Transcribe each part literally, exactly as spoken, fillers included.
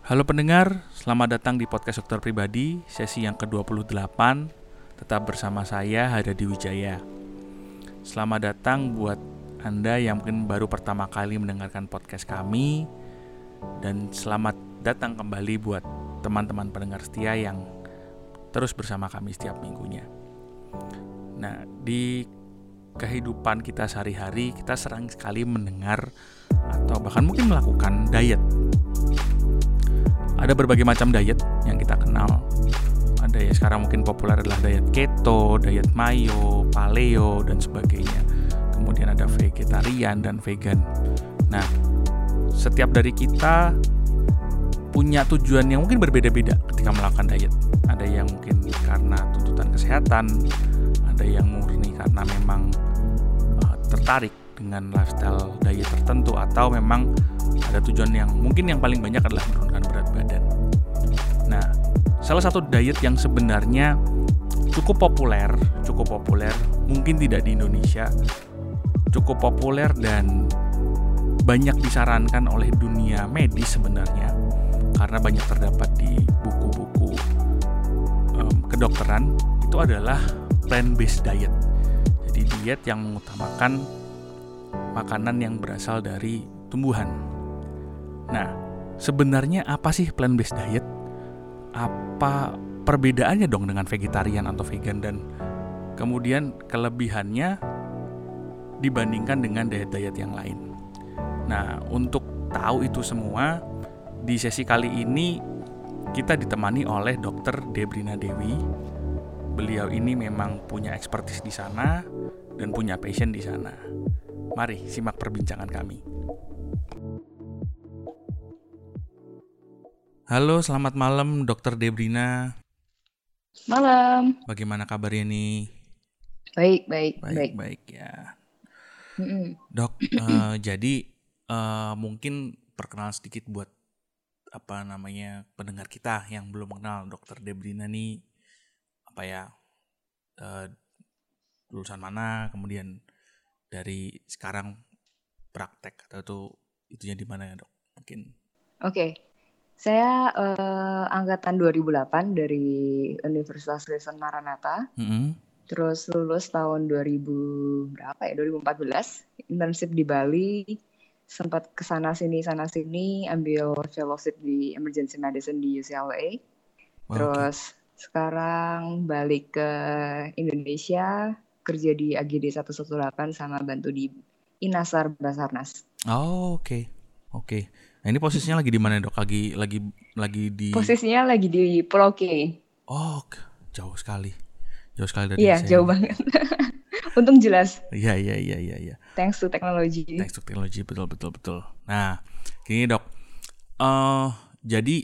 Halo pendengar, selamat datang di podcast Dokter Pribadi, sesi yang ke dua puluh delapan. Tetap bersama saya, Hadadi Wijaya. Selamat datang buat Anda yang mungkin baru pertama kali mendengarkan podcast kami. Dan selamat datang kembali buat teman-teman pendengar setia yang terus bersama kami setiap minggunya. Nah, di kehidupan kita sehari-hari, kita sering sekali mendengar atau bahkan mungkin melakukan diet. Ada berbagai macam diet yang kita kenal. Ada ya sekarang mungkin populer adalah diet keto, diet mayo, paleo, dan sebagainya. Kemudian ada vegetarian dan vegan. Nah, setiap dari kita punya tujuan yang mungkin berbeda-beda ketika melakukan diet. Ada yang mungkin karena tuntutan kesehatan, ada yang murni karena memang uh, tertarik dengan lifestyle diet tertentu, atau memang ada tujuan yang mungkin yang paling banyak adalah menurunkan berat badan. Nah, salah satu diet yang sebenarnya cukup populer, cukup populer, mungkin tidak di Indonesia, cukup populer dan banyak disarankan oleh dunia medis sebenarnya, karena banyak terdapat di buku-buku um, kedokteran, itu adalah plant-based diet. Jadi diet yang mengutamakan makanan yang berasal dari tumbuhan. Nah, sebenarnya apa sih plant-based diet? Apa perbedaannya dong dengan vegetarian atau vegan, dan kemudian kelebihannya dibandingkan dengan diet-diet yang lain? Nah, untuk tahu itu semua, di sesi kali ini kita ditemani oleh dokter Debrina Dewi. Beliau ini memang punya expertise di sana dan punya passion di sana. Mari simak perbincangan kami. Halo, selamat malam dokter Debrina. Malam. Bagaimana kabarnya nih? Baik, baik, Baik, baik. baik ya. Mm-mm. Dok, uh, jadi uh, mungkin perkenalan sedikit buat apa namanya pendengar kita yang belum mengenal dokter Debrina nih, apa ya, uh, lulusan mana, kemudian dari sekarang praktek atau itu itunya di mana ya dok? Mungkin. Oke, okay. Saya uh, angkatan dua ribu delapan dari Universitas Kristen Maranatha. Mm-hmm. Terus lulus tahun dua ribu berapa ya? dua ribu empat belas. Internship di Bali. Sempat kesana sini sana sini ambil fellowship di emergency medicine di U C L A. Terus okay. Sekarang balik ke Indonesia, kerja di A G D seratus delapan belas sama bantu di Inasar Basarnas. Oh, oke. Okay. Oke. Okay. Nah, ini posisinya lagi di mana, Dok? Lagi lagi lagi di Posisinya lagi di Pulau K. Oh, jauh sekali. Jauh sekali dari Iya, saya. jauh banget. Untung jelas. Iya, iya, iya, iya, iya. Thanks to technology. Thanks to technology, betul, betul, betul. Nah, gini, Dok. Uh, jadi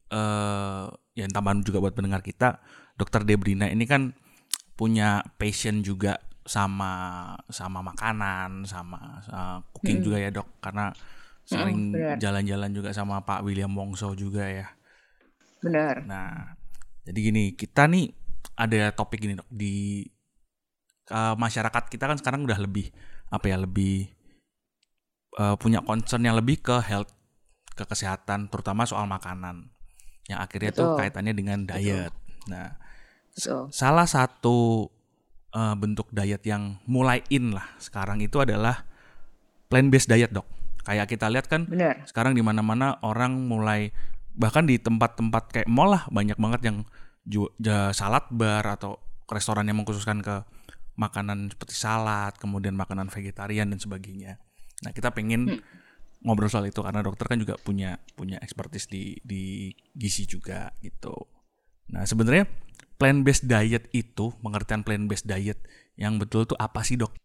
uh, ya tambahan juga buat pendengar kita, dokter Debrina ini kan punya passion juga sama sama makanan, sama uh, cooking hmm. juga ya, Dok, karena sering hmm, jalan-jalan juga sama Pak William Wongso juga ya. Benar. Nah, jadi gini, kita nih ada topik gini, Dok, di uh, masyarakat kita kan sekarang udah lebih apa ya, lebih uh, punya concern yang lebih ke health, ke kesehatan, terutama soal makanan, yang akhirnya Betul. Tuh kaitannya dengan diet. Betul. Nah, Betul. salah satu uh, bentuk diet yang mulai in lah sekarang itu adalah plant-based diet, Dok. Kayak kita lihat kan Bener. Sekarang di mana-mana orang mulai, bahkan di tempat-tempat kayak mall lah, banyak banget yang ju- salad bar atau restoran yang mengkhususkan ke makanan seperti salad, kemudian makanan vegetarian dan sebagainya. Nah, kita pengen hmm. ngobrol soal itu karena dokter kan juga punya punya expertise di di gizi juga gitu. Nah, sebenarnya plant-based diet itu, pengertian plant-based diet yang betul tuh apa sih, Dok?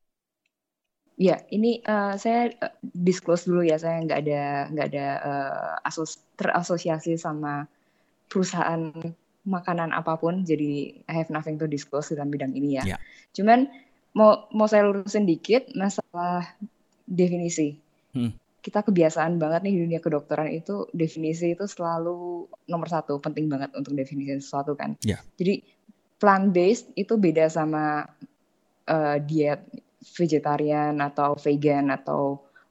Ya, ini uh, saya uh, disclose dulu ya, saya nggak ada nggak ada uh, asos terasosiasi sama perusahaan makanan apapun, jadi I have nothing to disclose dalam bidang ini ya. Yeah. Cuman mau mau saya lurusin dikit masalah definisi. Hmm. Kita kebiasaan banget nih di dunia kedokteran itu definisi itu selalu nomor satu, penting banget untuk definisi sesuatu kan. Yeah. Jadi plant based itu beda sama uh, diet vegetarian atau vegan atau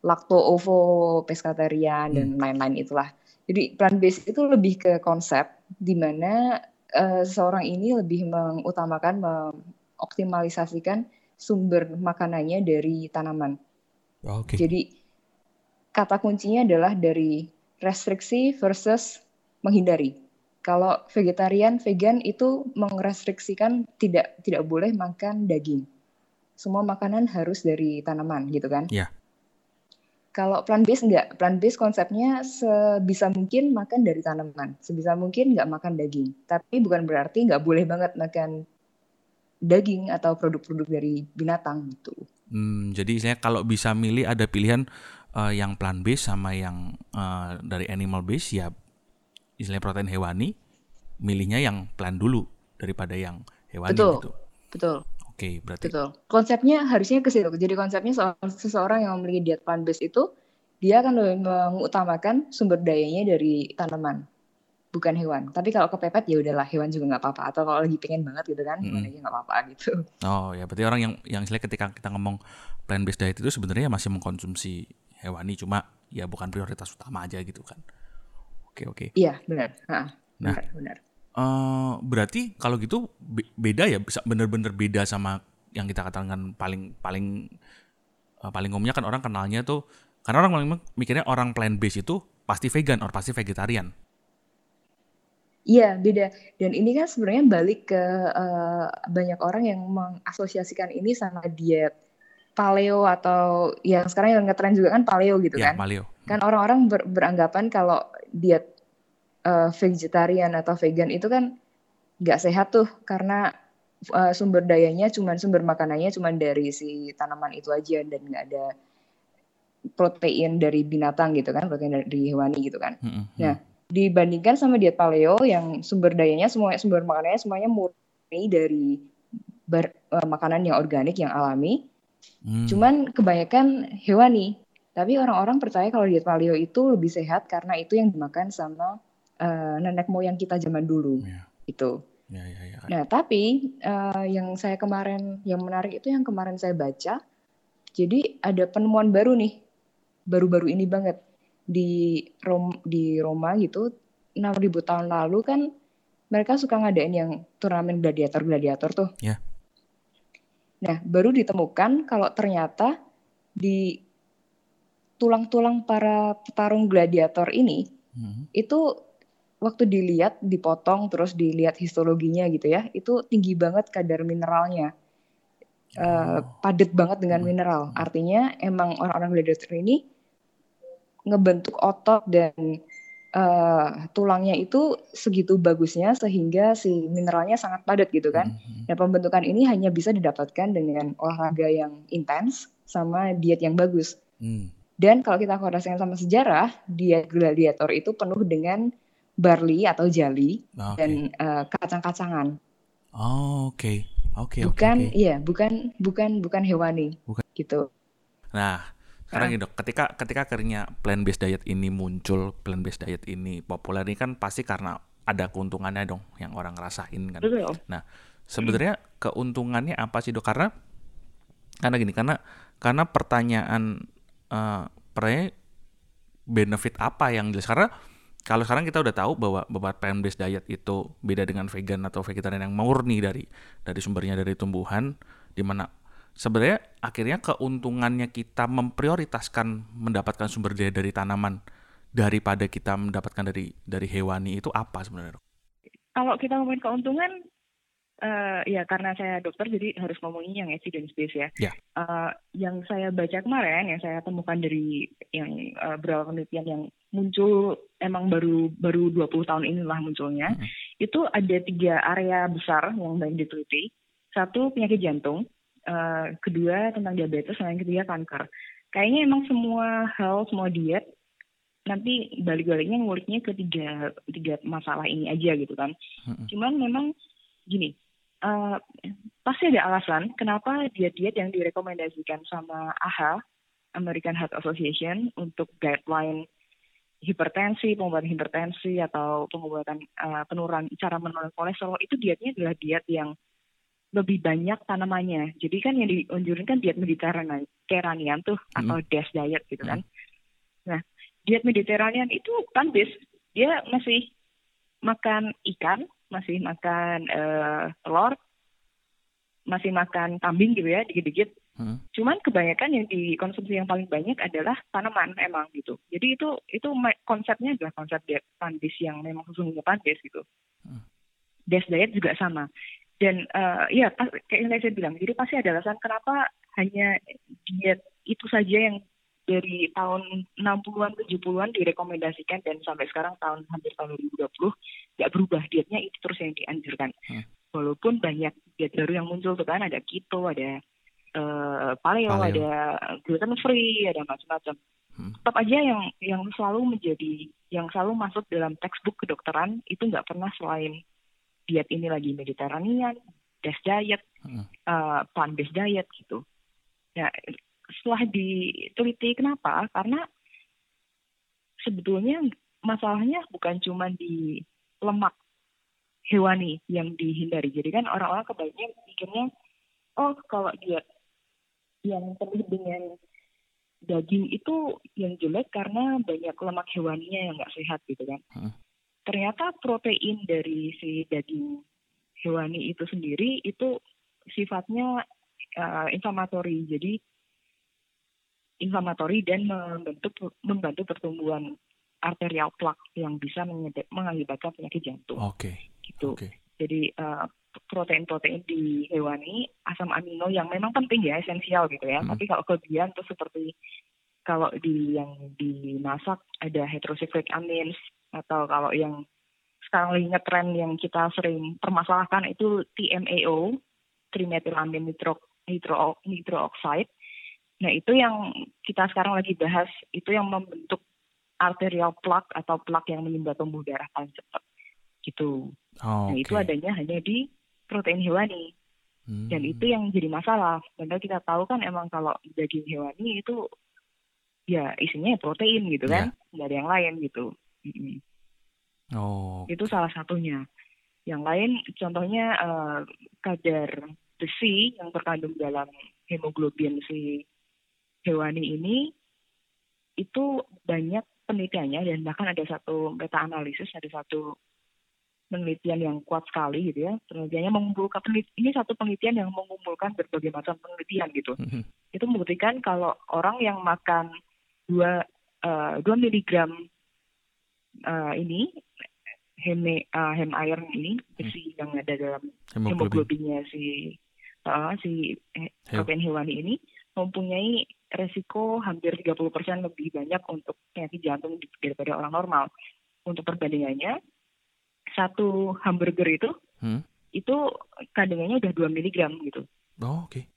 lacto ovo pescatarian hmm. dan lain-lain itulah. Jadi plant based itu lebih ke konsep di mana uh, seorang ini lebih mengutamakan mengoptimalisasikan sumber makanannya dari tanaman. Okay. Jadi kata kuncinya adalah dari restriksi versus menghindari. Kalau vegetarian, vegan itu merestriksikan tidak tidak boleh makan daging. Semua makanan harus dari tanaman gitu kan? Iya. Yeah. Kalau plant based enggak, plant based konsepnya sebisa mungkin makan dari tanaman, sebisa mungkin nggak makan daging. Tapi bukan berarti nggak boleh banget makan daging atau produk-produk dari binatang gitu. Hmm, jadi saya kalau bisa milih ada pilihan uh, yang plant based sama yang uh, dari animal based ya, istilahnya protein hewani, milihnya yang plant dulu daripada yang hewani. Betul, gitu. Betul. Oke, berarti. Betul. Konsepnya harusnya ke situ. Jadi konsepnya seseorang yang memiliki diet plant based itu dia akan lebih mengutamakan sumber dayanya dari tanaman, bukan hewan. Tapi kalau kepepet ya udahlah, hewan juga nggak apa-apa. Atau kalau lagi pengen banget gitu kan, mm-hmm. hewan aja nggak apa-apa gitu. Oh ya, berarti orang yang yang istilahnya ketika kita ngomong plant based diet itu sebenarnya masih mengkonsumsi hewani, cuma ya bukan prioritas utama aja gitu kan. Oke oke. Iya benar. Ha, nah, benar benar. Uh, berarti kalau gitu be- beda ya, bisa bener-bener beda sama yang kita katakan paling paling uh, paling umumnya kan orang kenalnya tuh, karena orang mikirnya orang plant based itu pasti vegan atau pasti vegetarian. Iya beda, dan ini kan sebenarnya balik ke uh, banyak orang yang mengasosiasikan ini sama diet paleo atau yang sekarang yang ngetren juga kan paleo gitu ya, kan. Paleo. Kan orang-orang ber- beranggapan kalau diet Uh, vegetarian atau vegan itu kan nggak sehat tuh karena uh, sumber dayanya cuman sumber makanannya cuman dari si tanaman itu aja dan nggak ada protein dari binatang gitu kan, protein dari hewani gitu kan. Mm-hmm. Nah dibandingkan sama diet paleo yang sumber dayanya semua sumber makanannya semuanya murni dari ber, uh, makanan yang organik yang alami, mm. cuman kebanyakan hewani. Tapi orang-orang percaya kalau diet paleo itu lebih sehat karena itu yang dimakan sama Uh, nenek moyang kita zaman dulu, yeah. gitu. Yeah, yeah, yeah. Nah, tapi uh, yang saya kemarin, yang menarik itu yang kemarin saya baca, jadi ada penemuan baru nih, baru-baru ini banget di Rom, di Roma gitu, enam ribu tahun lalu kan mereka suka ngadain yang turnamen gladiator-gladiator tuh. Yeah. Nah, baru ditemukan kalau ternyata di tulang-tulang para petarung gladiator ini hmm. itu waktu dilihat, dipotong, terus dilihat histologinya gitu ya, itu tinggi banget kadar mineralnya. Uh, padat banget dengan hmm. mineral. Artinya emang orang-orang gladiator ini ngebentuk otot dan uh, tulangnya itu segitu bagusnya sehingga si mineralnya sangat padat gitu kan. Hmm. Nah pembentukan ini hanya bisa didapatkan dengan olahraga yang intens sama diet yang bagus. Hmm. Dan kalau kita korelasikan sama sejarah, diet gladiator itu penuh dengan barley atau jali okay. dan uh, kacang-kacangan. Oh, oke. Okay. Oke, okay, bukan okay, okay. iya, bukan bukan bukan hewani. Bukan. Gitu. Nah, sekarang gini, Dok, ketika ketika akhirnya plant based diet ini muncul, plant based diet ini populer ini kan pasti karena ada keuntungannya dong yang orang rasain kan. Betul. Nah, sebenarnya hmm. keuntungannya apa sih, Dok? Karena karena gini, karena karena pertanyaan uh, pertanyaan benefit apa yang jelas, karena kalau sekarang kita udah tahu bahwa bahwa plant based diet itu beda dengan vegan atau vegetarian yang murni dari dari sumbernya dari tumbuhan, di mana sebenarnya akhirnya keuntungannya kita memprioritaskan mendapatkan sumber daya dari tanaman daripada kita mendapatkan dari dari hewani itu apa sebenarnya? Kalau kita ngomongin keuntungan, uh, ya karena saya dokter jadi harus ngomongin yang evidence-based ya. Yeah. Uh, yang saya baca kemarin, yang saya temukan dari yang uh, beberapa penelitian yang muncul emang baru baru dua puluh tahun inilah munculnya, mm-hmm. itu ada tiga area besar yang banyak diteliti. Satu penyakit jantung, uh, kedua tentang diabetes, dan yang ketiga kanker. Kayaknya emang semua hal, semua diet nanti balik-baliknya nguliknya ke tiga, tiga masalah ini aja gitu kan. Mm-hmm. Cuman memang gini, uh, pasti ada alasan kenapa diet-diet yang direkomendasikan sama A H A, American Heart Association, untuk guideline hipertensi, pengobatan hipertensi atau pengobatan uh, penurunan cara menurunkan kolesterol, itu dietnya adalah diet yang lebih banyak tanamannya. Jadi kan yang dianjurin kan diet Mediterranean tuh Hmm. atau DASH diet gitu kan. Hmm. Nah, diet Mediterranean itu plant-based. Dia masih makan ikan, masih makan eh, telur, masih makan kambing gitu ya, dikit-dikit. Hmm. Cuman kebanyakan yang dikonsumsi yang paling banyak adalah tanaman emang gitu. Jadi itu itu ma- konsepnya adalah konsep diet plant-based yang memang sesungguhnya plant-based gitu. Hmm. DASH diet juga sama. Dan eh, ya pas- kayak yang tadi saya bilang, jadi pasti ada alasan kenapa hanya diet itu saja yang dari tahun enam puluhan, tujuh puluhan direkomendasikan dan sampai sekarang tahun hampir tahun dua ribu dua puluh nggak berubah, dietnya itu terus yang dianjurkan. Hmm. Walaupun banyak diet baru yang muncul tuh kan, ada keto, ada eh, paleo, Paleo. ada gluten free, ada macam-macam. Hmm. Tetap aja yang yang selalu menjadi, yang selalu masuk dalam textbook kedokteran itu nggak pernah selain diet ini lagi Mediterranean, DASH diet, Hmm. uh, plant-based diet gitu. Ya, setelah diteliti kenapa? Karena sebetulnya masalahnya bukan cuma di lemak hewani yang dihindari. Jadi kan orang-orang kebanyakan pikirnya, oh kalau diet yang penuh dengan daging itu yang jelek karena banyak lemak hewaninya yang nggak sehat gitu kan. Hmm. Ternyata protein dari si daging hewani itu sendiri itu sifatnya uh, inflamatori. Jadi inflamatori dan membentuk membantu pertumbuhan arterial plaque yang bisa mengede- mengakibatkan penyakit jantung. Oke. Gitu. Oke. Jadi uh, protein-protein di hewani, asam amino yang memang penting ya, esensial gitu ya. Hmm. Tapi kalau kelebihan tuh seperti kalau di yang dimasak ada heterocyclic amines, atau kalau yang sekarang lagi ngetren yang kita sering permasalahkan itu T M A O, trimethylamine nitro, nitro, nitrooxide. Nah itu yang kita sekarang lagi bahas, itu yang membentuk arterial plaque atau plaque yang menyumbat pembuluh darah paling cepat gitu. Oh, Nah oke. itu adanya hanya di protein hewani. Hmm. Dan itu yang jadi masalah. Padahal kita tahu kan emang kalau daging hewani itu ya isinya protein gitu kan, nggak ada yang lain gitu. Mm-mm. Oh. Itu salah satunya. Yang lain contohnya eh, kadar besi yang terkandung dalam hemoglobin si hewani ini itu banyak penelitiannya, dan bahkan ada satu meta analisis, ada satu penelitian yang kuat sekali gitu ya. Penelitiannya mengumpulkan penelit- ini satu penelitian yang mengumpulkan berbagai macam penelitian gitu. Hmm. Itu membuktikan kalau orang yang makan dua uh, dua miligram uh, ini heme uh, hem iron ini, besi yang ada dalam Hemoglobin. hemoglobinnya si uh, si he- Heu. protein hewani ini mempunyai resiko hampir tiga puluh persen lebih banyak untuk penyakit jantung daripada orang normal. Untuk perbandingannya, satu hamburger itu Hmm. itu kandungannya udah dua miligram gitu. Oh, oke.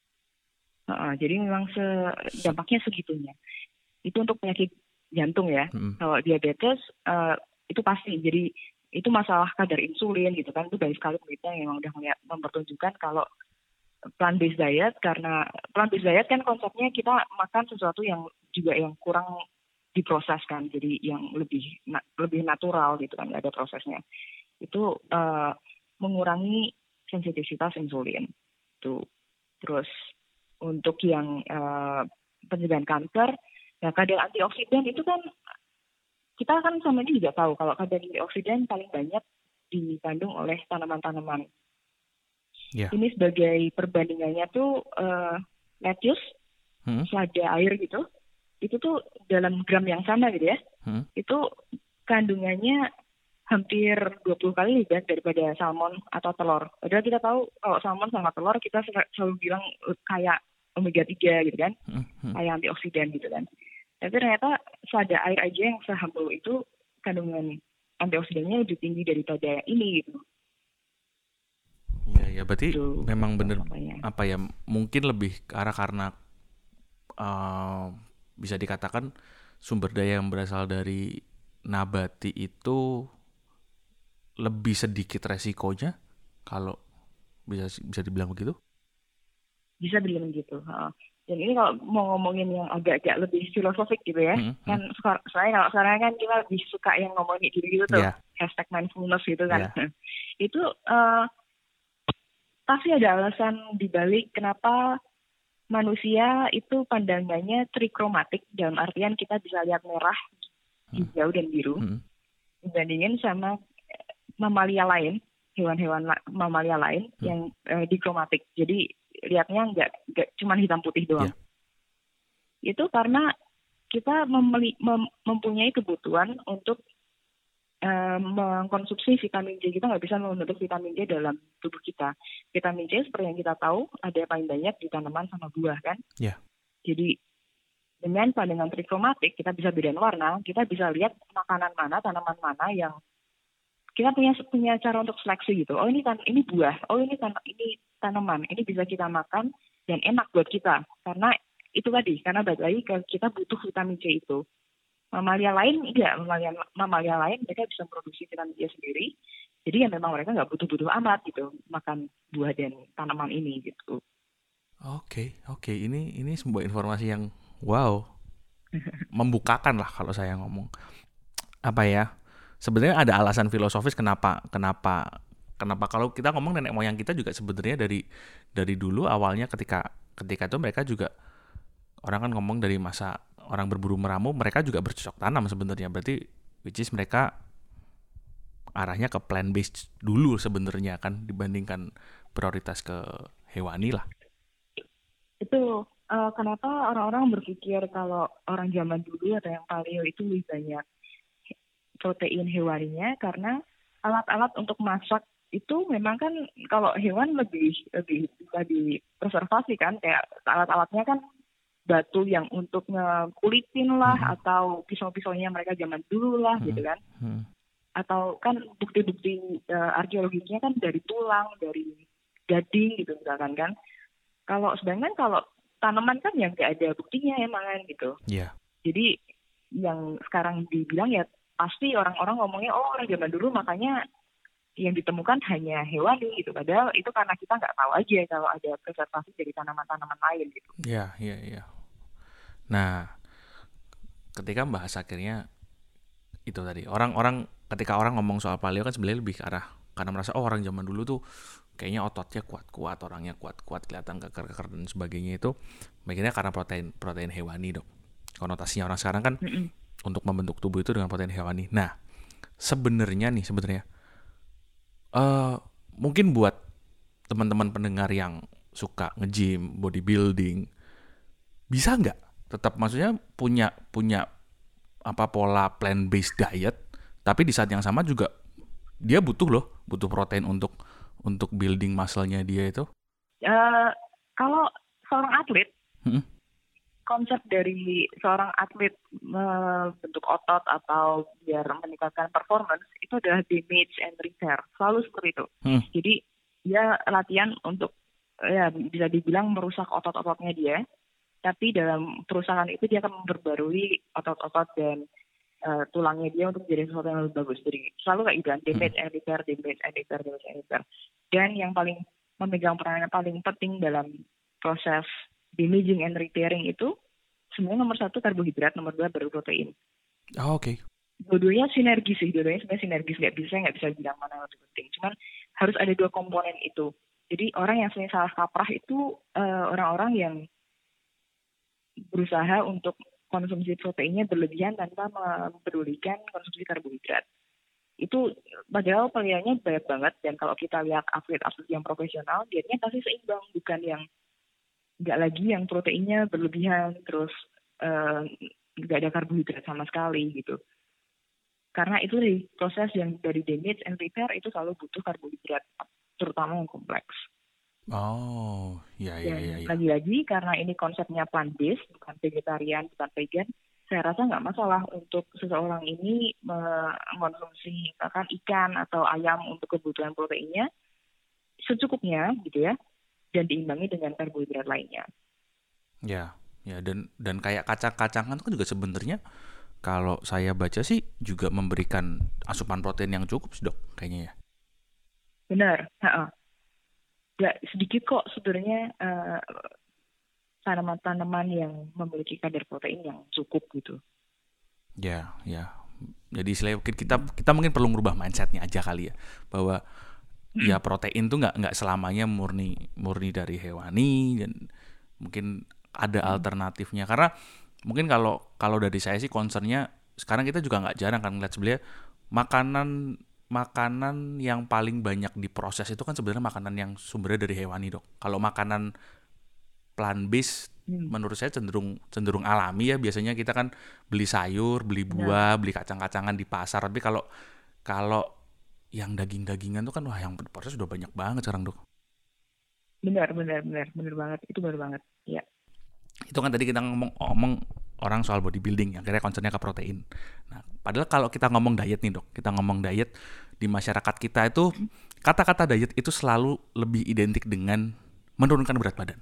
Uh, jadi memang se- dampaknya segitunya. Itu untuk penyakit jantung ya. Hmm. Kalau diabetes uh, itu pasti. Jadi itu masalah kadar insulin gitu kan. Itu banyak sekali penelitian yang memang udah melihat, mempertunjukkan kalau plant-based diet, karena plant-based diet kan konsepnya kita makan sesuatu yang juga yang kurang diproses kan, jadi yang lebih na- lebih natural gitu kan, nggak ada prosesnya. Itu uh, mengurangi sensitivitas insulin. Tuh. Terus untuk yang uh, pencegahan kanker, nah kadar antioksidan itu kan kita kan sama ini juga tahu kalau kadar antioksidan paling banyak dikandung oleh tanaman-tanaman. Ya. Ini sebagai perbandingannya tuh uh, lettuce, Hmm. selada air gitu, itu tuh dalam gram yang sama gitu ya, Hmm. itu kandungannya hampir dua puluh kali lebih daripada salmon atau telur. Padahal kita tahu kalau salmon sama telur kita selalu bilang kayak omega tiga gitu kan, Hmm. Hmm. kayak antioksidan gitu kan. Tapi ternyata selada air aja yang sehambur itu kandungan antioksidannya lebih tinggi daripada ini gitu. Iya, ya berarti Itu memang bener makanya. apa ya, mungkin lebih ke arah karena uh, bisa dikatakan sumber daya yang berasal dari nabati itu lebih sedikit resikonya, kalau bisa bisa dibilang begitu. Bisa dibilang gitu. Ha. Dan ini kalau mau ngomongin yang agak-agak lebih filosofik gitu ya, Hmm. kan sekar- saya kalau sekarang kan kita lebih suka yang ngomongin gitu gitu tuh, Iya. hashtag mindfulness gitu kan. Iya. Itu uh, pasti ada alasan dibalik kenapa manusia itu pandangannya trikromatik, dalam artian kita bisa lihat merah, hijau, dan biru, hmm. dibandingin sama mamalia lain, hewan-hewan la- mamalia lain hmm. yang uh, dikromatik. Jadi lihatnya nggak nggak cuma hitam putih doang. Yeah. Itu karena kita memeli- mem- mempunyai kebutuhan untuk uh, mengkonsumsi vitamin D. Kita nggak bisa membentuk vitamin D dalam tubuh kita. Vitamin D seperti yang kita tahu ada paling banyak di tanaman sama buah kan. Yeah. Jadi dengan pandangan trikromatik kita bisa bedain warna, kita bisa lihat makanan mana, tanaman mana yang kita punya punya cara untuk seleksi gitu. Oh ini tan ini buah, oh ini tan ini tanaman, ini bisa kita makan dan enak buat kita. Karena itu tadi, karena balik lagi kita butuh vitamin C itu. Mamalia lain enggak, mamalia mamalia lain mereka bisa produksi vitamin C sendiri. Jadi ya memang mereka nggak butuh-butuh amat gitu makan buah dan tanaman ini gitu. Oke, oke, ini ini sebuah informasi yang wow, membukakan lah kalau saya ngomong. Apa ya? Sebenarnya ada alasan filosofis kenapa kenapa kenapa kalau kita ngomong nenek moyang kita juga sebenarnya dari dari dulu awalnya ketika ketika itu mereka juga orang kan ngomong dari masa orang berburu meramu mereka juga bercocok tanam sebenarnya, berarti which is mereka arahnya ke plant based dulu sebenarnya kan dibandingkan prioritas ke hewani lah. Itu uh, kenapa orang-orang berpikir kalau orang zaman dulu atau yang paleo itu lebih banyak protein hewaninya, karena alat-alat untuk masak itu memang kan kalau hewan lebih lebih bisa dipreservasi kan, kayak alat-alatnya kan batu yang untuk ngekulitin lah, hmm. atau pisau-pisaunya mereka zaman dulu lah, hmm. gitu kan. Hmm. Atau kan bukti-bukti uh, arkeologisnya kan dari tulang, dari gading gitu misalkan kan. Kalau sedangkan kalau tanaman kan yang nggak ada buktinya emang kan gitu. Yeah. Jadi yang sekarang dibilang ya pasti orang-orang ngomongnya oh orang zaman dulu makanya yang ditemukan hanya hewani gitu. Padahal itu karena kita nggak tahu aja kalau ada preservasi dari tanaman-tanaman lain gitu. Iya, iya, iya. Nah, ketika bahas akhirnya itu tadi orang-orang ketika orang ngomong soal paleo kan sebenarnya lebih ke arah karena merasa oh orang zaman dulu tuh kayaknya ototnya kuat-kuat, orangnya kuat-kuat, kelihatan keker-keker dan sebagainya itu makanya karena protein protein hewani dok. Konotasinya orang sekarang kan mm-mm. untuk membentuk tubuh itu dengan protein hewani. Nah, sebenarnya nih sebenarnya uh, mungkin buat teman-teman pendengar yang suka nge-gym, bodybuilding, bisa nggak tetap maksudnya punya punya apa pola plant based diet, tapi di saat yang sama juga dia butuh loh, butuh protein untuk untuk building muscle-nya dia itu. Uh, kalau seorang atlet, hmm? konsep dari seorang atlet membentuk otot atau biar meningkatkan performance itu adalah damage and repair, selalu seperti itu. Hmm. Jadi dia latihan untuk ya bisa dibilang merusak otot-ototnya dia, tapi dalam perusahaan itu dia akan memperbarui otot-otot dan uh, tulangnya dia untuk jadi sesuatu yang lebih bagus. Jadi selalu kayak gitu, damage and repair, damage and repair, damage and repair. Dan yang paling memegang peranan paling penting dalam proses damaging and repairing itu sebenarnya nomor satu karbohidrat, nomor dua baru protein. Oh, oke. Okay. Dua-duanya sinergis sih, dua-duanya sebenarnya sinergis, nggak bisa nggak bisa bilang mana yang lebih penting. Cuman harus ada dua komponen itu. Jadi orang yang sering salah kaprah itu uh, orang-orang yang berusaha untuk konsumsi proteinnya berlebihan tanpa mempedulikan konsumsi karbohidrat. Itu padahal pilihannya banyak banget, dan kalau kita lihat atlet-atlet yang profesional, dietnya pasti seimbang, bukan yang nggak lagi yang proteinnya berlebihan terus nggak uh, ada karbohidrat sama sekali gitu. Karena itu dari proses yang dari damage and repair itu selalu butuh karbohidrat, terutama yang kompleks. Oh, iya iya iya. Ya. Lagi-lagi karena ini konsepnya plant based, bukan vegetarian, bukan vegan, saya rasa nggak masalah untuk seseorang ini mengkonsumsi misalkan ikan atau ayam untuk kebutuhan proteinnya secukupnya gitu ya, dan diimbangi dengan karbohidrat lainnya. Ya, ya dan dan kayak kacang-kacangan itu juga sebenarnya kalau saya baca sih juga memberikan asupan protein yang cukup sih dok, kayaknya ya. Benar, ha-ha. Gak sedikit kok sebenarnya uh, tanaman-tanaman yang memiliki kadar protein yang cukup gitu. Ya, ya. Jadi selain kita kita mungkin perlu merubah mindsetnya aja kali ya, bahwa ya protein tuh nggak nggak selamanya murni murni dari hewani, dan mungkin ada alternatifnya. Karena mungkin kalau kalau dari saya sih concernnya sekarang kita juga nggak jarang kan ngeliat sebenarnya makanan makanan yang paling banyak diproses itu kan sebenarnya makanan yang sumbernya dari hewani, Dok. Kalau makanan plant based Hmm, menurut saya cenderung cenderung alami ya. Biasanya kita kan beli sayur, beli benar, buah, beli kacang-kacangan di pasar. Tapi kalau kalau yang daging-dagingan tuh kan wah yang diproses sudah banyak banget sekarang, Dok. benar, benar, benar, benar banget. Itu benar banget. Ya, Itu kan tadi kita ngomong ngomong orang soal bodybuilding, akhirnya concernnya ke protein. Nah, padahal kalau kita ngomong diet nih, Dok, kita ngomong diet di masyarakat kita itu kata-kata diet itu selalu lebih identik dengan menurunkan berat badan,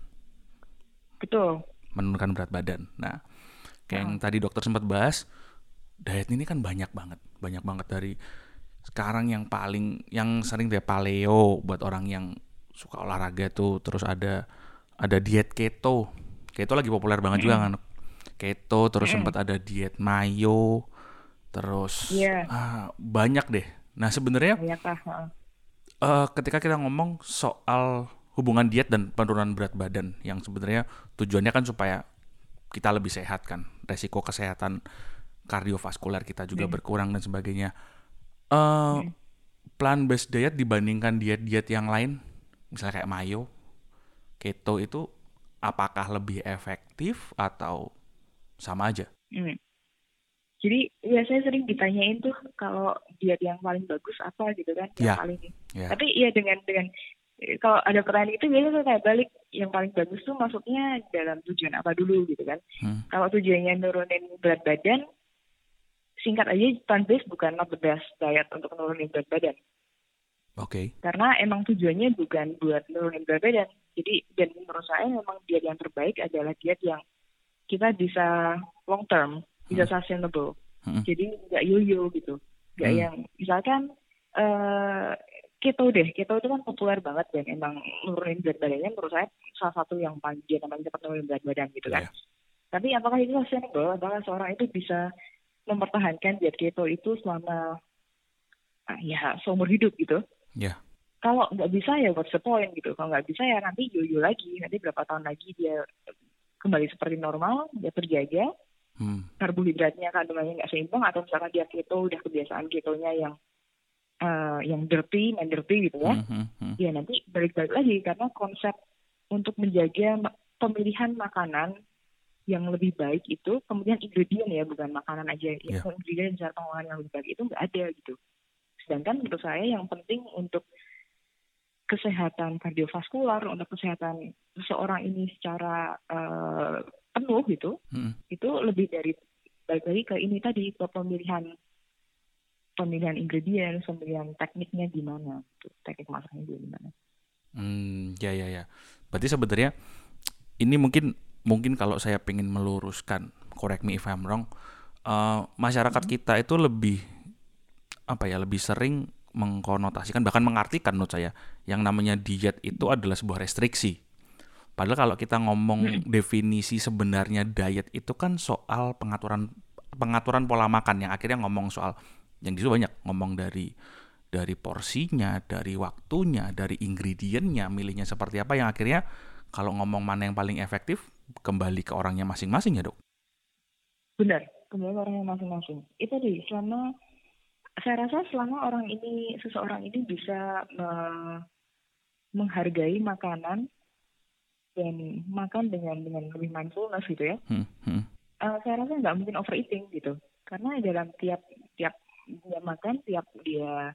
betul. menurunkan berat badan. Nah, kayak yang Heeh. tadi dokter sempat bahas, diet ini kan banyak banget, banyak banget dari sekarang yang paling yang sering dia paleo buat orang yang suka olahraga tuh, terus ada ada diet keto. Keto lagi populer banget juga Mm-mm. kan. Keto, terus Mm-mm. sempat ada diet mayo, terus Iya, ah, banyak deh. Nah, sebenarnya banyak lah. Heeh. eh, ketika kita ngomong soal hubungan diet dan penurunan berat badan yang sebenarnya tujuannya kan supaya kita lebih sehat kan, resiko kesehatan kardiovaskuler kita juga Mm. berkurang dan sebagainya. Eh Mm. plant based diet dibandingkan diet-diet yang lain, misalnya kayak mayo, keto itu apakah lebih efektif atau sama aja? Mm. Jadi ya saya sering ditanyain tuh kalau diet yang paling bagus apa gitu kan, yang Ya, paling ini. ya. Tapi ya dengan dengan eh, kalau ada pertanyaan itu biasanya saya kayak balik, yang paling bagus tuh maksudnya dalam tujuan apa dulu gitu kan. Hmm, Kalau tujuannya nurunin berat badan, singkat aja plant based bukan not the best diet untuk nurunin berat badan. Oke. Karena emang tujuannya bukan buat nurunin berat badan. Jadi dan menurut saya memang diet yang terbaik adalah diet yang kita bisa long term, bisa Hmm, sustainable. hmm, Jadi nggak yoyo gitu. Nggak hmm, yang misalkan eh keto deh, keto itu kan populer banget dan emang nurunin berat badannya menurut saya salah satu yang paling dia namanya cepat nurunin berat badan gitu kan. ya, Tapi apakah itu sustainable? Apakah seorang itu bisa mempertahankan diet keto itu selama ah, ya seumur hidup gitu? ya. Kalau nggak bisa ya what's the point gitu. Kalau nggak bisa ya nanti yoyo lagi. Nanti berapa tahun lagi dia kembali seperti normal, dia terjaga, Hmm, karbohidratnya kandungannya nggak seimbang, atau misalkan dia keto udah kebiasaan ketonya yang eh, yang dirty, main dirty gitu ya, hmm, hmm, hmm. ya nanti balik-balik lagi karena konsep untuk menjaga ma- pemilihan makanan yang lebih baik itu kemudian ingredient ya bukan makanan aja, ya Ya, ingredient cara pengolahan yang lebih baik itu nggak ada gitu. Sedangkan menurut saya yang penting untuk kesehatan kardiovaskular, untuk kesehatan seseorang ini secara eh, penuh gitu, hmm. itu lebih dari balik lagi ke ini tadi, ke pemilihan pemilihan ingredient, pemilihan tekniknya gimana, tuh, teknik masaknya juga gimana. Hmm, ya, ya, ya. Berarti sebenarnya ini mungkin mungkin kalau saya pengen meluruskan, correct me if I'm wrong, eh, masyarakat Mm-mm. kita itu lebih apa ya, lebih sering mengkonotasikan bahkan mengartikan menurut saya yang namanya diet itu adalah sebuah restriksi. Padahal kalau kita ngomong Mm-mm. definisi sebenarnya diet itu kan soal pengaturan pengaturan pola makan yang akhirnya ngomong soal yang justru banyak ngomong dari dari porsinya, dari waktunya, dari ingredientnya, milihnya seperti apa yang akhirnya kalau ngomong mana yang paling efektif kembali ke orangnya masing-masing ya, Dok. Benar, kemudian orangnya masing-masing. Itu tadi, selama saya rasa selama orang ini, seseorang ini bisa me- menghargai makanan dan makan dengan dengan lebih mindfulness gitu ya, Hmm, hmm, eh, saya rasa nggak mungkin overeating gitu. Karena dalam tiap tiap dia makan, tiap dia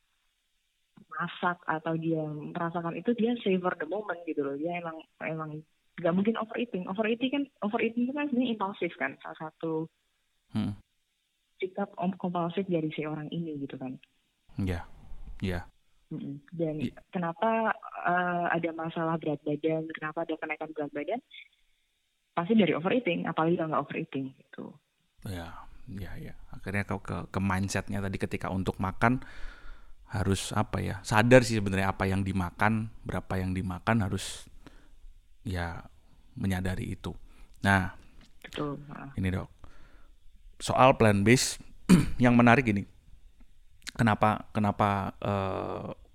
masak atau dia merasakan itu, dia savor the moment gitu loh. Dia emang emang nggak mungkin overeating. Overeating kan overeating itu kan sebenarnya impulsif kan, salah satu hmm. sikap om- kompulsif dari si orang ini gitu kan. Ya, ya. Mm-mm. Dan I- kenapa eh, ada masalah berat badan, kenapa ada kenaikan berat badan? Pasti dari overeating, apalagi kalau nggak overeating gitu. Ya, ya, ya. Akhirnya ke ke, ke mindsetnya tadi ketika untuk makan harus apa ya? Sadar sih sebenarnya apa yang dimakan, berapa yang dimakan harus ya menyadari itu. Nah, Betul. Nah, ini Dok. Soal plant based yang menarik ini. Kenapa kenapa eh,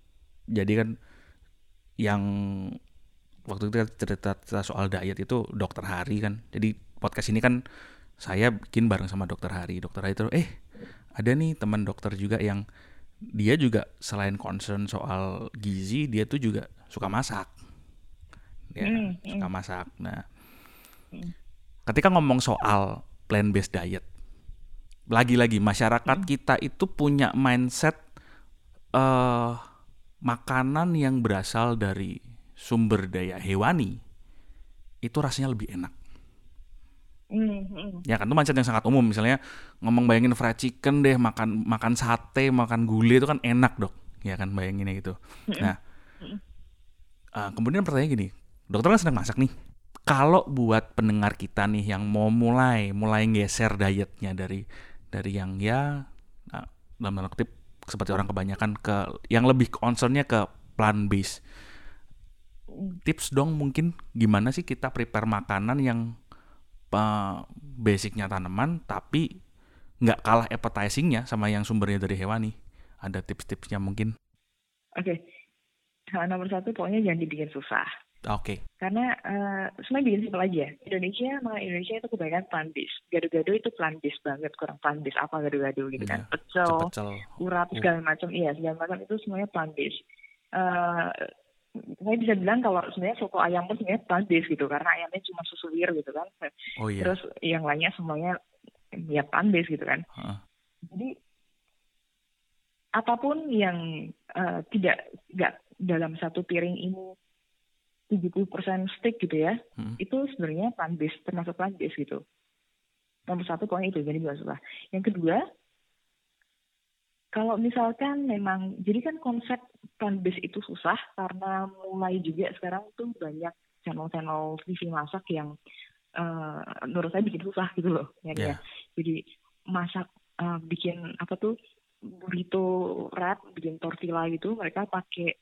jadi kan yang waktu itu kita cerita, cerita soal diet itu dokter Hari kan. Jadi podcast ini kan saya bikin bareng sama dokter Hari. Dokter Hari itu eh ada nih teman dokter juga yang dia juga selain concern soal gizi, dia tuh juga suka masak. Ya, Mm, suka mm, masak. Nah, mm, ketika ngomong soal plant based diet, lagi-lagi masyarakat mm, kita itu punya mindset eh makanan yang berasal dari sumber daya hewani itu rasanya lebih enak. mm, mm, Ya kan itu mindset yang sangat umum. Misalnya ngomong bayangin fried chicken deh, makan makan sate, makan gulai itu kan enak dok. Ya kan bayanginnya gitu. mm, Nah, mm. uh, kemudian pertanyaan gini, dokter kan sedang masak nih. Kalau buat pendengar kita nih yang mau mulai mulai geser dietnya dari dari yang ya nah, dalam tanda kutip seperti orang kebanyakan ke yang lebih concernnya ke plant based. Tips dong mungkin gimana sih kita prepare makanan yang uh, basicnya tanaman tapi nggak kalah appetizingnya sama yang sumbernya dari hewani. Ada tips-tipsnya mungkin? Oke, hal nomor satu pokoknya jangan dibikin susah. Oke. Okay. Karena uh, sebenarnya bikin simpel aja. Indonesia, malah Indonesia itu kebanyakan plant based. Gado-gado itu plant based banget, kurang plant based apa gado-gado gitu kan. Yeah. Pecel, Pecel, urap uh. segala macam, iya segala macam itu semuanya plant based. Uh, saya bisa bilang kalau sebenarnya soto ayam pun sebenarnya plant based gitu, karena ayamnya cuma susuwir gitu kan. Oh, yeah. Terus yang lainnya semuanya ya plant based gitu kan. Uh. Jadi apapun yang uh, tidak nggak dalam satu piring ini tujuh puluh persen steak gitu ya, hmm. itu sebenarnya plant based, termasuk plant based gitu. Nomor satu pokoknya itu, jadi gak salah. Yang kedua, kalau misalkan memang, jadi kan konsep plant based itu susah karena mulai juga sekarang tuh banyak channel-channel T V masak yang uh, menurut saya bikin susah gitu loh. Ya, yeah. Jadi masak, uh, bikin apa tuh, burrito wrap, bikin tortilla gitu, mereka pakai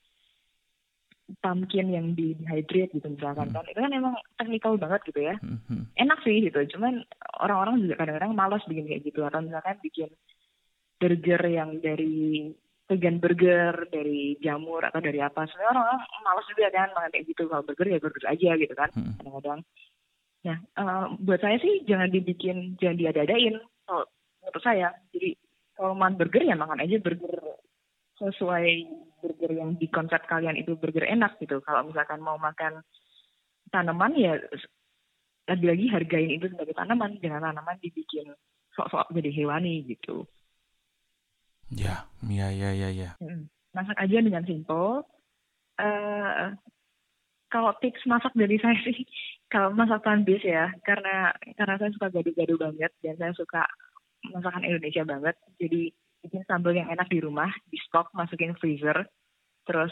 pumpkin yang di dehydrate gitu misalkan hmm. kan itu kan emang teknikal banget gitu ya, hmm. enak sih gitu, cuman orang-orang juga kadang-kadang malas bikin kayak gitu, atau misalkan bikin burger yang dari vegan burger dari jamur atau dari apa, sebenarnya orang-orang malas juga kan makan kayak gitu. Kalau burger ya burger aja gitu kan, hmm. kadang-kadang. Nah uh, buat saya sih jangan dibikin, jangan diada-adain kalau menurut saya. Jadi kalau makan burger ya makan aja burger sesuai burger yang di konsep kalian itu burger enak gitu. Kalau misalkan mau makan tanaman ya lagi-lagi hargain itu sebagai tanaman, jangan tanaman dibikin sok-sok jadi hewani gitu. Ya, ya, ya, ya, ya. Masak aja dengan simple. Uh, kalau tips masak dari saya sih, kalau masak plant based ya, karena karena saya suka gado-gado banget dan saya suka masakan Indonesia banget, jadi bikin sambal yang enak di rumah, di stok, masukin freezer, terus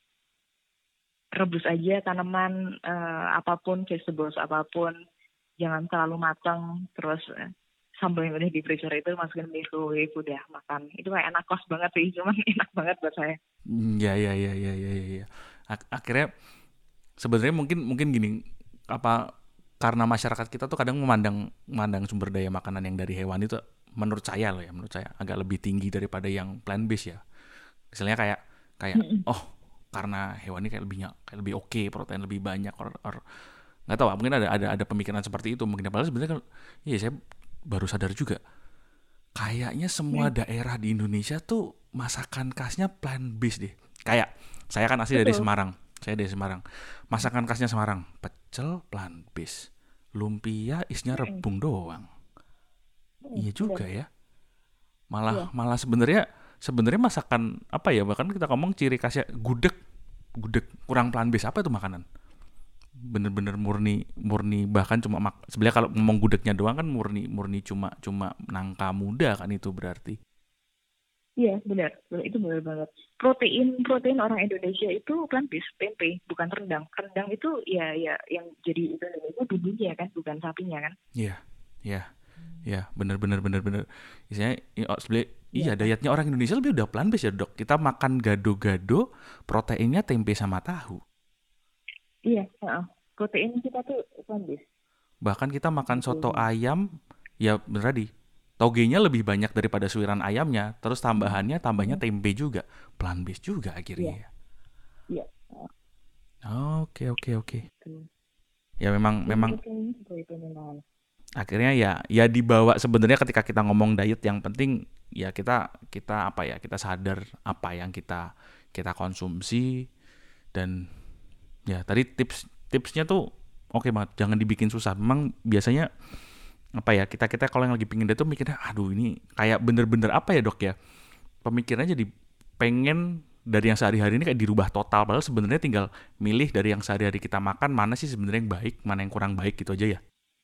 rebus aja tanaman uh, apapun, vegetables apapun, jangan terlalu matang, terus uh, sambal yang udah di freezer itu masukin microwave, udah makan. Itu kayak enak kos banget sih, cuman enak banget buat saya. Ya, ya, ya, ya, ya, ya. Ak- akhirnya sebenarnya mungkin mungkin gini, apa karena masyarakat kita tuh kadang memandang memandang sumber daya makanan yang dari hewan itu, menurut saya loh ya, menurut saya agak lebih tinggi daripada yang plant based ya. Misalnya kayak kayak mm-hmm. oh karena hewani kayak lebih kayak lebih oke, okay, protein lebih banyak, or, or nggak tahu, mungkin ada ada ada pemikiran seperti itu mungkin. Padahal sebenarnya kan, iya saya baru sadar juga, kayaknya semua mm. daerah di Indonesia tuh masakan khasnya plant based deh. Kayak saya kan asli dari Semarang, saya dari Semarang, masakan khasnya Semarang pecel plant based, lumpia isinya rebung doang. Iya juga ya. Malah iya. malah sebenarnya sebenarnya masakan apa ya, bahkan kita ngomong ciri khasnya gudeg. Gudeg kurang plant based, apa itu makanan? Bener-bener murni murni bahkan cuma mak- sebenarnya kalau ngomong gudegnya doang kan murni murni cuma cuma nangka muda kan itu berarti. Iya, benar. Itu benar banget. Protein protein orang Indonesia itu plant based, tempe, bukan rendang. Rendang itu ya ya yang jadi itu Indonesia bumbunya kan, bukan sapinya kan? Iya. Iya. Ya, benar-benar benar-benar. Isinya sebenarnya iya, ya, dietnya orang Indonesia lebih udah plant based ya, Dok. Kita makan gado-gado, proteinnya tempe sama tahu. Iya, uh, protein kita tuh plant based. Bahkan kita makan soto hmm. ayam, ya bener di togenya lebih banyak daripada suiran ayamnya, terus tambahannya tambahnya tempe juga, plant based juga akhirnya. Iya. Oke oke oke. Gitu. Ya memang Jadi memang itu, itu, itu memang. akhirnya ya ya dibawa sebenarnya ketika kita ngomong diet yang penting ya kita kita apa ya kita sadar apa yang kita kita konsumsi dan ya tadi tips tipsnya tuh oke banget, jangan dibikin susah. Memang biasanya apa ya kita kita kalau yang lagi pingin diet tuh mikirnya aduh ini kayak bener-bener apa ya dok ya, pemikirannya jadi pengen dari yang sehari-hari ini kayak dirubah total, padahal sebenarnya tinggal milih dari yang sehari-hari kita makan mana sih sebenarnya yang baik, mana yang kurang baik gitu aja ya.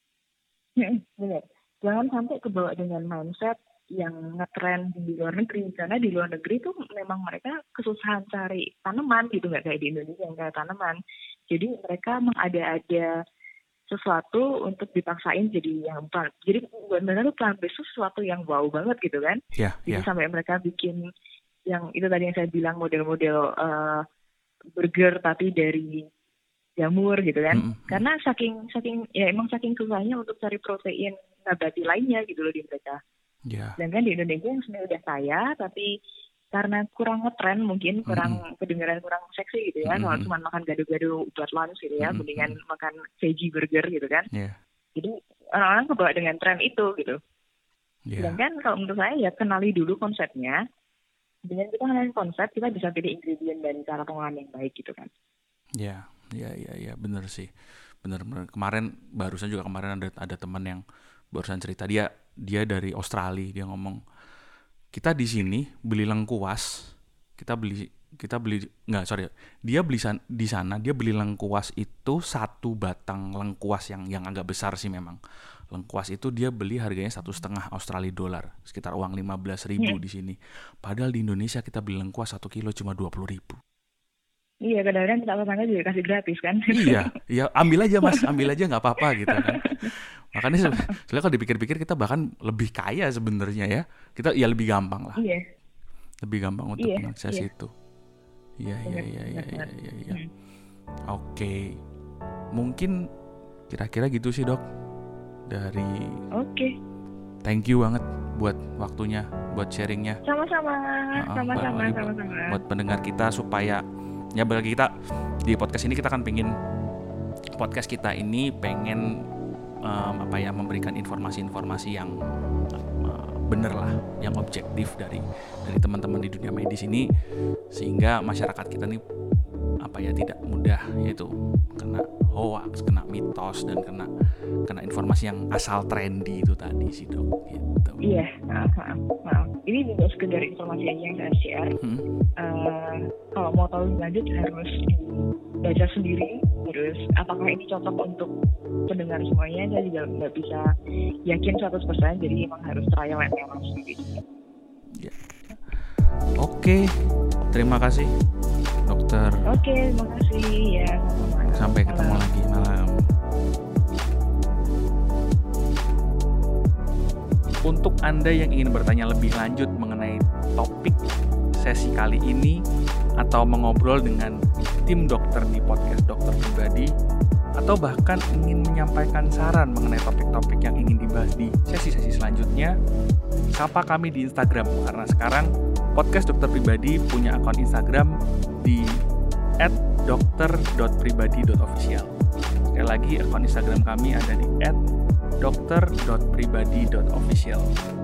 Benar. Jangan sampai kebawa dengan mindset yang ngetren di luar negeri, karena di luar negeri tuh memang mereka kesusahan cari tanaman gitu, nggak kayak di Indonesia yang kayak tanaman. Jadi mereka mengada-ada sesuatu untuk dipaksain jadi yang plant. Jadi benar-benar plant based itu sesuatu yang wow banget gitu kan. Ya, Jadi ya. sampai mereka bikin yang itu tadi yang saya bilang model-model uh, burger tapi dari jamur gitu kan. Mm-mm. Karena saking saking ya emang saking susahnya untuk cari protein nabati lainnya gitu loh di mereka. Ya. Dan kan di Indonesia yang sebenarnya udah kaya tapi karena kurang ngetren mungkin, kurang Mm-mm. kedengaran, kurang seksi gitu ya. Mm-mm. Kalau cuma makan gado-gado buat lunch gitu ya, Mm-mm. mendingan makan veggie burger gitu kan. Ya. Jadi orang-orang kebawa dengan tren itu gitu. Ya. Sedangkan kalau menurut saya ya kenali dulu konsepnya. Dengan kita kenalin konsep, kita bisa pilih ingredient dan cara pengolahan yang baik gitu kan. Ya, ya, ya, ya, bener sih, bener-bener. Kemarin barusan juga kemarin ada ada teman yang barusan cerita dia dia dari Australia, dia ngomong kita di sini beli lengkuas, kita beli kita beli nggak sorry, dia beli san, di sana dia beli lengkuas itu satu batang lengkuas yang yang agak besar sih memang. Lengkuas itu dia beli harganya satu setengah Australia dolar, sekitar uang lima belas ribu Hmm. di sini. Padahal di Indonesia kita beli lengkuas satu kilo cuma dua puluh ribu. Iya, kadang-kadang kita tetangga juga kasih gratis kan. Iya, ya ambil aja mas, ambil aja nggak apa-apa gitu kan. Makanya se- sebenarnya kalau dipikir-pikir kita bahkan lebih kaya sebenarnya ya. Kita ya lebih gampang lah, Iya, lebih gampang untuk iya, mengakses iya. itu. Iya, iya, Benar, iya, iya, benar, iya, benar. iya, iya. Hmm. Oke, mungkin kira-kira gitu sih dok. Dari Oke, thank you banget buat waktunya, buat sharingnya. sama-sama, Heeh, sama-sama, balik lagi buat, sama-sama. buat pendengar kita supaya ya bagi kita di podcast ini kita kan pengen podcast kita ini pengen um, apa ya memberikan informasi-informasi yang uh, bener lah, yang objektif dari dari teman-teman di dunia medis ini sehingga masyarakat kita nih apa ya tidak mudah yaitu kena hoax, kena mitos dan kena kena informasi yang asal trendy itu tadi sih dok gitu. Iya, maaf, maaf, maaf. Ini juga sekedar informasi aja yang saya share. Hmm. Uh, kalau mau tahu lebih lanjut harus dibaca sendiri. Terus apakah ini cocok untuk pendengar semuanya? Saya juga nggak bisa yakin seratus persen. Jadi emang harus trial and error sendiri. Ya. Oke, terima kasih dokter. Oke, terima kasih ya. Sama-sama. Sampai ketemu Malam. lagi malam. Untuk Anda yang ingin bertanya lebih lanjut mengenai topik sesi kali ini atau mengobrol dengan tim dokter di podcast Dokter Pribadi atau bahkan ingin menyampaikan saran mengenai topik-topik yang ingin dibahas di sesi-sesi selanjutnya, sapa kami di Instagram karena sekarang podcast Dokter Pribadi punya akun Instagram di et dokter dot pribadi dot official. Sekali lagi akun Instagram kami ada di et dokter dot pribadi dot official.